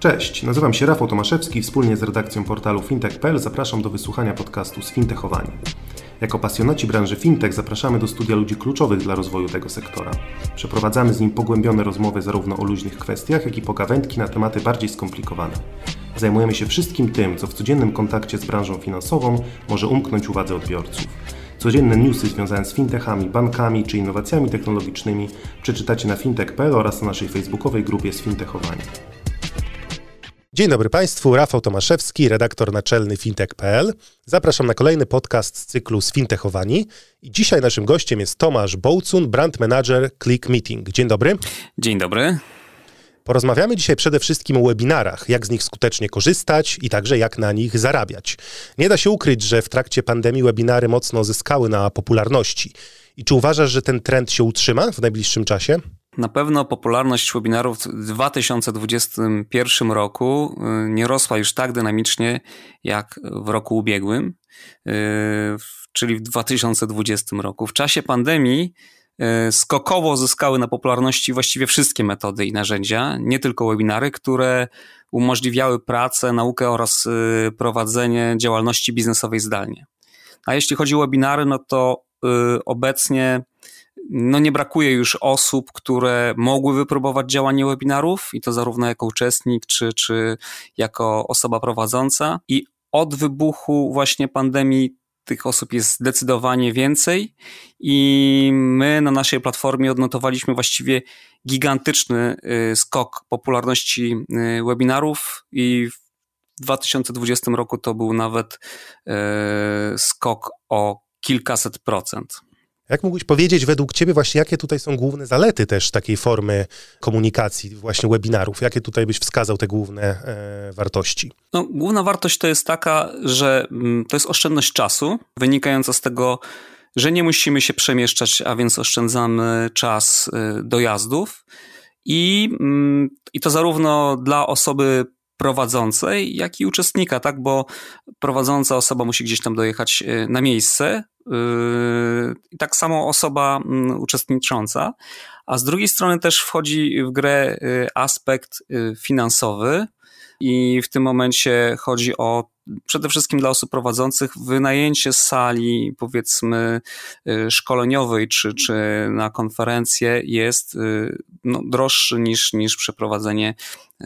Cześć, nazywam się Rafał Tomaszewski i wspólnie z redakcją portalu fintech.pl zapraszam do wysłuchania podcastu Sfintechowani. Jako pasjonaci branży fintech zapraszamy do studia ludzi kluczowych dla rozwoju tego sektora. Przeprowadzamy z nim pogłębione rozmowy zarówno o luźnych kwestiach, jak i pogawędki na tematy bardziej skomplikowane. Zajmujemy się wszystkim tym, co w codziennym kontakcie z branżą finansową może umknąć uwadze odbiorców. Codzienne newsy związane z fintechami, bankami czy innowacjami technologicznymi przeczytacie na fintech.pl oraz na naszej facebookowej grupie Sfintechowani. Dzień dobry Państwu, Rafał Tomaszewski, redaktor naczelny fintech.pl. Zapraszam na kolejny podcast z cyklu Sfintechowani. I dzisiaj naszym gościem jest Tomasz Bołcun, brand manager Click Meeting. Dzień dobry. Dzień dobry. Porozmawiamy dzisiaj przede wszystkim o webinarach, jak z nich skutecznie korzystać i także jak na nich zarabiać. Nie da się ukryć, że w trakcie pandemii webinary mocno zyskały na popularności. I czy uważasz, że ten trend się utrzyma w najbliższym czasie? Na pewno popularność webinarów w 2021 roku nie rosła już tak dynamicznie jak w roku ubiegłym, czyli w 2020 roku. W czasie pandemii skokowo zyskały na popularności właściwie wszystkie metody i narzędzia, nie tylko webinary, które umożliwiały pracę, naukę oraz prowadzenie działalności biznesowej zdalnie. A jeśli chodzi o webinary, no to obecnie nie brakuje już osób, które mogły wypróbować działanie webinarów i to zarówno jako uczestnik, czy jako osoba prowadząca. I od wybuchu właśnie pandemii tych osób jest zdecydowanie więcej i my na naszej platformie odnotowaliśmy właściwie gigantyczny skok popularności webinarów i w 2020 roku to był nawet skok o kilkaset procent. Jak mógłbyś powiedzieć według Ciebie właśnie, jakie tutaj są główne zalety też takiej formy komunikacji, właśnie webinarów? Jakie tutaj byś wskazał te główne wartości? Główna wartość to jest taka, że to jest oszczędność czasu, wynikająca z tego, że nie musimy się przemieszczać, a więc oszczędzamy czas dojazdów i to zarówno dla osoby prowadzącej, jak i uczestnika, tak? Bo prowadząca osoba musi gdzieś tam dojechać na miejsce, i tak samo osoba uczestnicząca, a z drugiej strony też wchodzi w grę aspekt finansowy i w tym momencie chodzi o przede wszystkim dla osób prowadzących wynajęcie sali, powiedzmy, szkoleniowej czy na konferencję jest droższy niż przeprowadzenie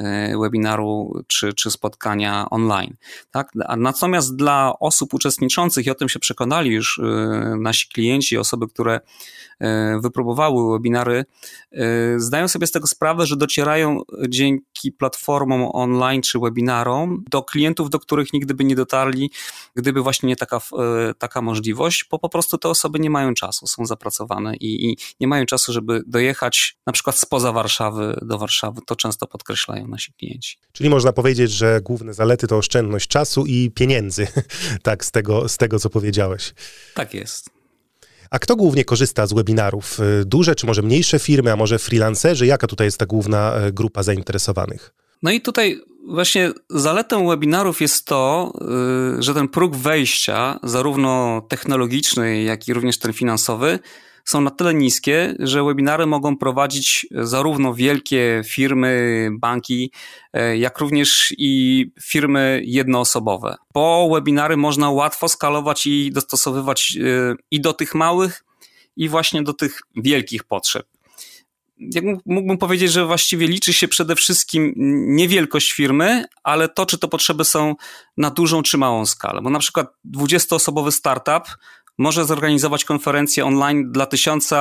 webinaru czy spotkania online. Tak? Natomiast dla osób uczestniczących, i o tym się przekonali już nasi klienci, osoby, które wypróbowały webinary, zdają sobie z tego sprawę, że docierają dzięki platformom online czy webinarom do klientów, do których nigdy by nie dotarli, gdyby właśnie nie taka możliwość, bo po prostu te osoby nie mają czasu, są zapracowane i nie mają czasu, żeby dojechać na przykład spoza Warszawy do Warszawy. To często podkreślają nasi klienci. Czyli można powiedzieć, że główne zalety to oszczędność czasu i pieniędzy, tak, z tego co powiedziałeś. Tak jest. A kto głównie korzysta z webinarów? Duże czy może mniejsze firmy, a może freelancerzy? Jaka tutaj jest ta główna grupa zainteresowanych? No i tutaj właśnie zaletą webinarów jest to, że ten próg wejścia, zarówno technologiczny, jak i również ten finansowy, są na tyle niskie, że webinary mogą prowadzić zarówno wielkie firmy, banki, jak również i firmy jednoosobowe. Bo webinary można łatwo skalować i dostosowywać i do tych małych, i właśnie do tych wielkich potrzeb. Jak mógłbym powiedzieć, że właściwie liczy się przede wszystkim nie wielkość firmy, ale to, czy to potrzeby są na dużą czy małą skalę. Bo na przykład 20-osobowy startup może zorganizować konferencję online dla 1000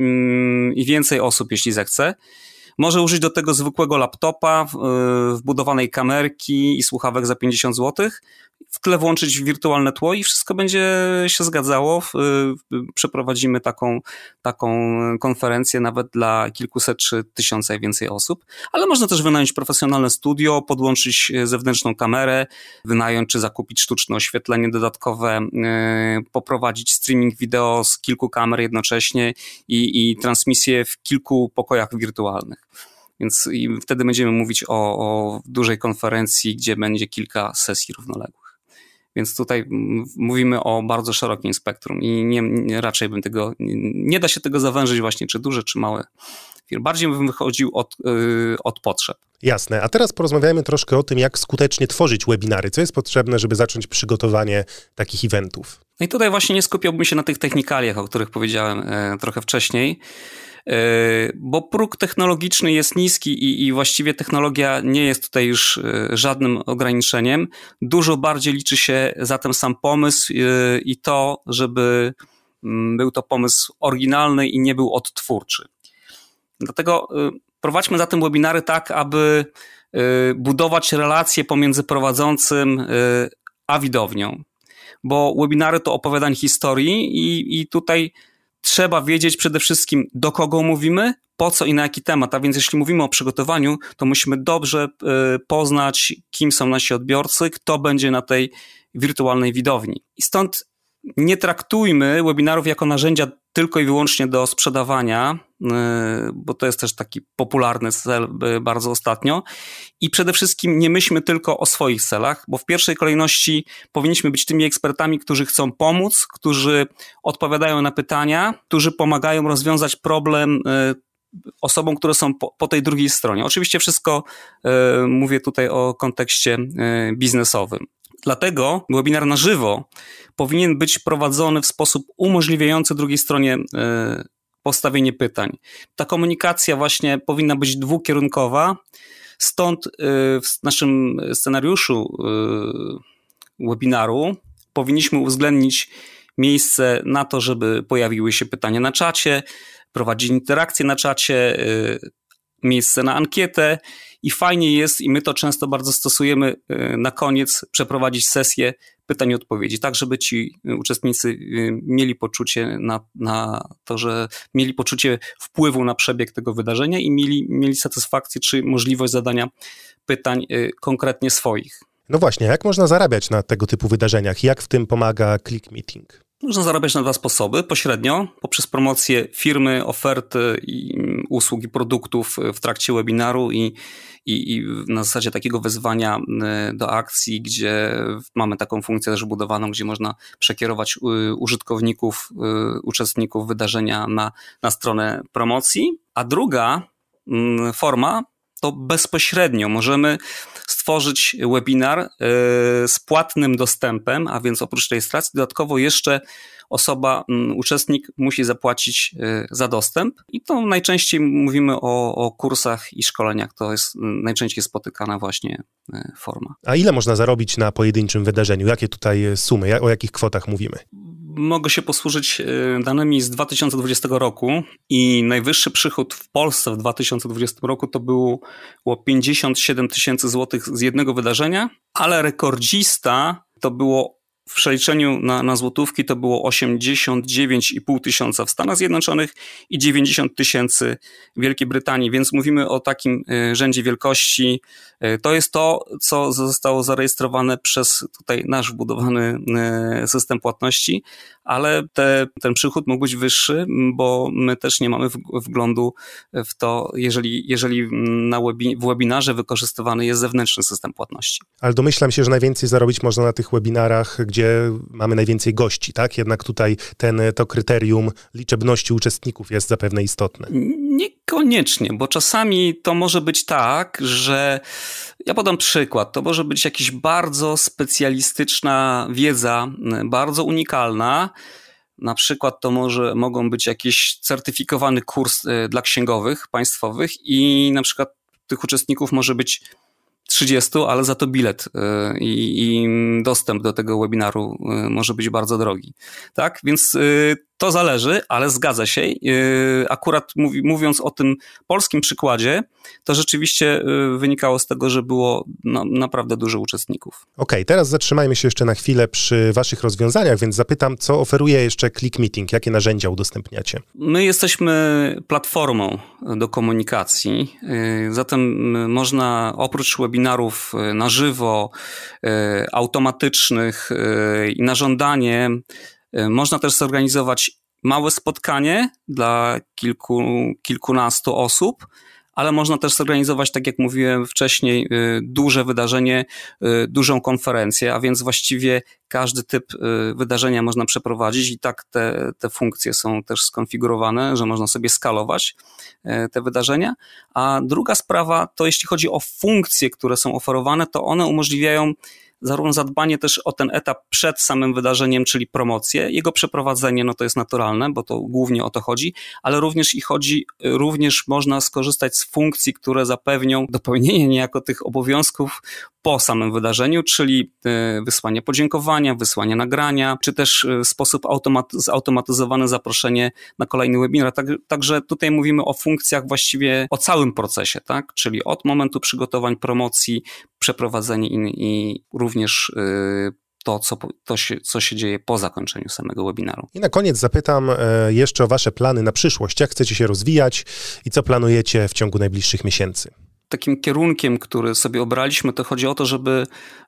i więcej osób, jeśli zechce. Może użyć do tego zwykłego laptopa, wbudowanej kamerki i słuchawek za 50 zł. W tle włączyć wirtualne tło i wszystko będzie się zgadzało. Przeprowadzimy taką konferencję nawet dla kilkuset czy 1000 i więcej osób. Ale można też wynająć profesjonalne studio, podłączyć zewnętrzną kamerę, wynająć czy zakupić sztuczne oświetlenie dodatkowe, poprowadzić streaming wideo z kilku kamer jednocześnie i transmisję w kilku pokojach wirtualnych. Więc wtedy będziemy mówić o dużej konferencji, gdzie będzie kilka sesji równoległych. Więc tutaj mówimy o bardzo szerokim spektrum i raczej nie da się tego zawężyć właśnie, czy duże, czy małe firm. Bardziej bym wychodził od potrzeb. Jasne. A teraz porozmawiajmy troszkę o tym, jak skutecznie tworzyć webinary. Co jest potrzebne, żeby zacząć przygotowanie takich eventów? No i tutaj właśnie nie skupiałbym się na tych technikaliach, o których powiedziałem trochę wcześniej, bo próg technologiczny jest niski i właściwie technologia nie jest tutaj już żadnym ograniczeniem. Dużo bardziej liczy się zatem sam pomysł i to, żeby był to pomysł oryginalny i nie był odtwórczy. Dlatego prowadźmy zatem webinary tak, aby budować relacje pomiędzy prowadzącym a widownią, bo webinary to opowiadanie historii i tutaj trzeba wiedzieć przede wszystkim, do kogo mówimy, po co i na jaki temat. A więc jeśli mówimy o przygotowaniu, to musimy dobrze poznać, kim są nasi odbiorcy, kto będzie na tej wirtualnej widowni. I stąd nie traktujmy webinarów jako narzędzia tylko i wyłącznie do sprzedawania, bo to jest też taki popularny cel bardzo ostatnio. I przede wszystkim nie myślmy tylko o swoich celach, bo w pierwszej kolejności powinniśmy być tymi ekspertami, którzy chcą pomóc, którzy odpowiadają na pytania, którzy pomagają rozwiązać problem osobom, które są po tej drugiej stronie. Oczywiście wszystko mówię tutaj o kontekście biznesowym. Dlatego webinar na żywo powinien być prowadzony w sposób umożliwiający drugiej stronie postawienie pytań. Ta komunikacja właśnie powinna być dwukierunkowa, stąd w naszym scenariuszu webinaru powinniśmy uwzględnić miejsce na to, żeby pojawiły się pytania na czacie, prowadzić interakcje na czacie, miejsce na ankietę i fajnie jest, i my to często bardzo stosujemy, na koniec przeprowadzić sesję pytań i odpowiedzi, tak żeby ci uczestnicy mieli poczucie na to, że mieli poczucie wpływu na przebieg tego wydarzenia i mieli satysfakcję czy możliwość zadania pytań konkretnie swoich. No właśnie, jak można zarabiać na tego typu wydarzeniach? Jak w tym pomaga ClickMeeting? Można zarabiać na dwa sposoby. Pośrednio, poprzez promocję firmy, oferty i usług i produktów w trakcie webinaru i na zasadzie takiego wezwania do akcji, gdzie mamy taką funkcję też budowaną, gdzie można przekierować uczestników wydarzenia na stronę promocji. A druga forma to bezpośrednio możemy stworzyć webinar z płatnym dostępem, a więc oprócz rejestracji dodatkowo jeszcze uczestnik musi zapłacić za dostęp i to najczęściej mówimy o kursach i szkoleniach, to jest najczęściej spotykana właśnie forma. A ile można zarobić na pojedynczym wydarzeniu? Jakie tutaj sumy, o jakich kwotach mówimy? Mogę się posłużyć danymi z 2020 roku i najwyższy przychód w Polsce w 2020 roku to było 57 000 złotych z jednego wydarzenia, ale rekordzista to było w przeliczeniu na złotówki to było 89,5 tysiąca w Stanach Zjednoczonych i 90 000 w Wielkiej Brytanii, więc mówimy o takim rzędzie wielkości. To jest to, co zostało zarejestrowane przez tutaj nasz wbudowany system płatności, ale ten przychód mógł być wyższy, bo my też nie mamy wglądu w to, jeżeli w webinarze wykorzystywany jest zewnętrzny system płatności. Ale domyślam się, że najwięcej zarobić można na tych webinarach, gdzie mamy najwięcej gości, tak? Jednak tutaj to kryterium liczebności uczestników jest zapewne istotne. Niekoniecznie, bo czasami to może być tak, że ja podam przykład, to może być jakaś bardzo specjalistyczna wiedza, bardzo unikalna. Na przykład to mogą być jakiś certyfikowany kurs dla księgowych państwowych i na przykład tych uczestników może być 30, ale za to bilet i dostęp do tego webinaru może być bardzo drogi. Tak? Więc to zależy, ale zgadza się. Akurat mówiąc o tym polskim przykładzie, to rzeczywiście wynikało z tego, że było naprawdę dużo uczestników. Okej, teraz zatrzymajmy się jeszcze na chwilę przy waszych rozwiązaniach, więc zapytam, co oferuje jeszcze ClickMeeting? Jakie narzędzia udostępniacie? My jesteśmy platformą do komunikacji, zatem można oprócz webinarów na żywo, automatycznych i na żądanie, można też zorganizować małe spotkanie dla kilkunastu osób, ale można też zorganizować, tak jak mówiłem wcześniej, duże wydarzenie, dużą konferencję, a więc właściwie każdy typ wydarzenia można przeprowadzić i tak te funkcje są też skonfigurowane, że można sobie skalować te wydarzenia. A druga sprawa to jeśli chodzi o funkcje, które są oferowane, to one umożliwiają zarówno zadbanie też o ten etap przed samym wydarzeniem, czyli promocję, jego przeprowadzenie, no to jest naturalne, bo to głównie o to chodzi, ale również można skorzystać z funkcji, które zapewnią dopełnienie niejako tych obowiązków po samym wydarzeniu, czyli wysłanie podziękowania, wysłanie nagrania, czy też w sposób zautomatyzowane zaproszenie na kolejny webinar. Także tutaj mówimy o funkcjach właściwie o całym procesie, tak? Czyli od momentu przygotowań, promocji, przeprowadzenie i również to, co się dzieje po zakończeniu samego webinaru. I na koniec zapytam jeszcze o wasze plany na przyszłość. Jak chcecie się rozwijać i co planujecie w ciągu najbliższych miesięcy? Takim kierunkiem, który sobie obraliśmy, to chodzi o to, żeby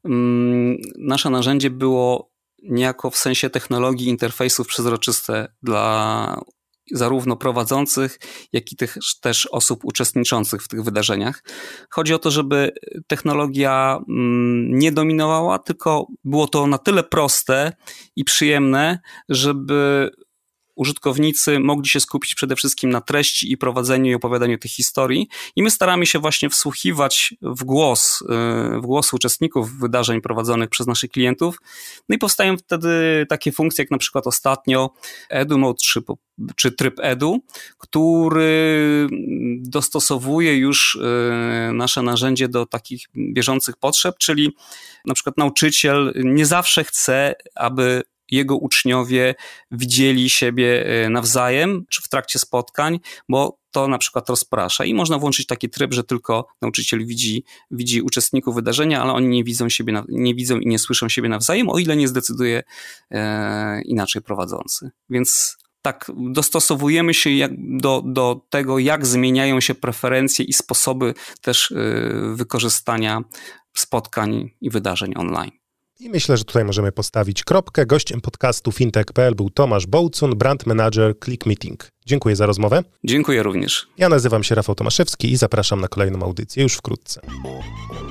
nasze narzędzie było niejako w sensie technologii interfejsów przezroczyste dla zarówno prowadzących, jak i też osób uczestniczących w tych wydarzeniach. Chodzi o to, żeby technologia nie dominowała, tylko było to na tyle proste i przyjemne, żeby użytkownicy mogli się skupić przede wszystkim na treści i prowadzeniu i opowiadaniu tych historii. I my staramy się właśnie wsłuchiwać w głos uczestników wydarzeń prowadzonych przez naszych klientów. No i powstają wtedy takie funkcje, jak na przykład ostatnio Edu Mode czy tryb Edu, który dostosowuje już nasze narzędzie do takich bieżących potrzeb, czyli na przykład nauczyciel nie zawsze chce, aby jego uczniowie widzieli siebie nawzajem, czy w trakcie spotkań, bo to na przykład rozprasza i można włączyć taki tryb, że tylko nauczyciel widzi uczestników wydarzenia, ale oni nie widzą i nie słyszą siebie nawzajem, o ile nie zdecyduje inaczej prowadzący. Więc tak, dostosowujemy się do tego, jak zmieniają się preferencje i sposoby też wykorzystania spotkań i wydarzeń online. I myślę, że tutaj możemy postawić kropkę. Gościem podcastu fintech.pl był Tomasz Bołcun, brand manager ClickMeeting. Dziękuję za rozmowę. Dziękuję również. Ja nazywam się Rafał Tomaszewski i zapraszam na kolejną audycję już wkrótce.